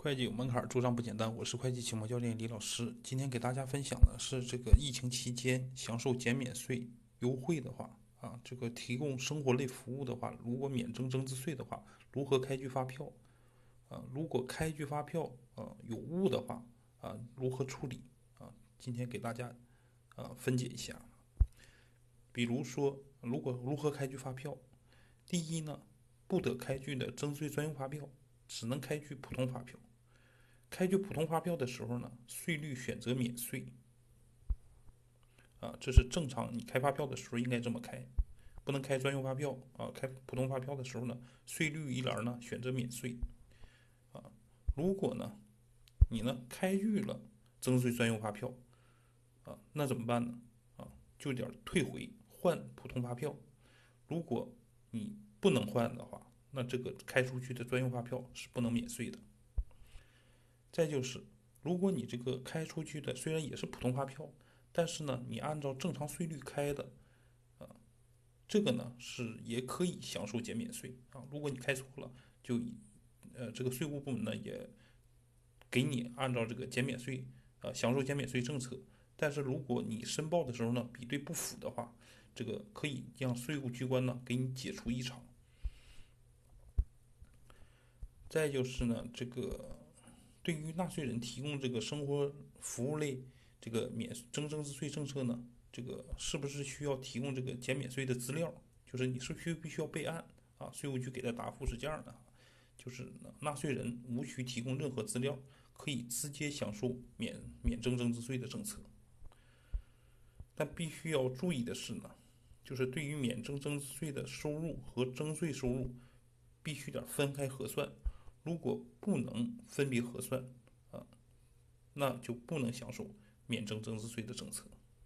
会计有门槛，做账不简单。我是会计启蒙教练李老师。今天给大家分享的是这个疫情期间享受减免税优惠的话这个提供生活类服务的话，如果免征资税的话，如何开具发票如果开具发票有误的话如何处理今天给大家分解一下。比如说，如何开具发票？第一呢，不得开具的征税专用发票，只能开具普通发票。开具普通发票的时候呢，税率选择免税这是正常你开发票的时候应该这么开，不能开专用发票开普通发票的时候呢，税率一栏呢选择免税如果呢你开具了征税专用发票那怎么办呢就得退回换普通发票。如果你不能换的话，那这个开出去的专用发票是不能免税的。再就是，如果你这个开出去的虽然也是普通发票，但是呢，你按照正常税率开的，这个呢是也可以享受减免税如果你开错了，就这个税务部门呢也给你按照这个减免税享受减免税政策。但是如果你申报的时候呢比对不符的话，这个可以让税务机关呢给你解除异常。再就是呢，这个对于纳税人提供这个生活服务类这个免征资税政策呢，这个是不是需要提供这个减免税的资料？就是你是必须要备案税务局给的答复是这样的就是纳税人无需提供任何资料，可以直接享受免征资税的政策。但必须要注意的是呢，就是对于免征资税的收入和征税收入，必须得分开核算。如果不能分别核算那就不能享受免征资税的政策。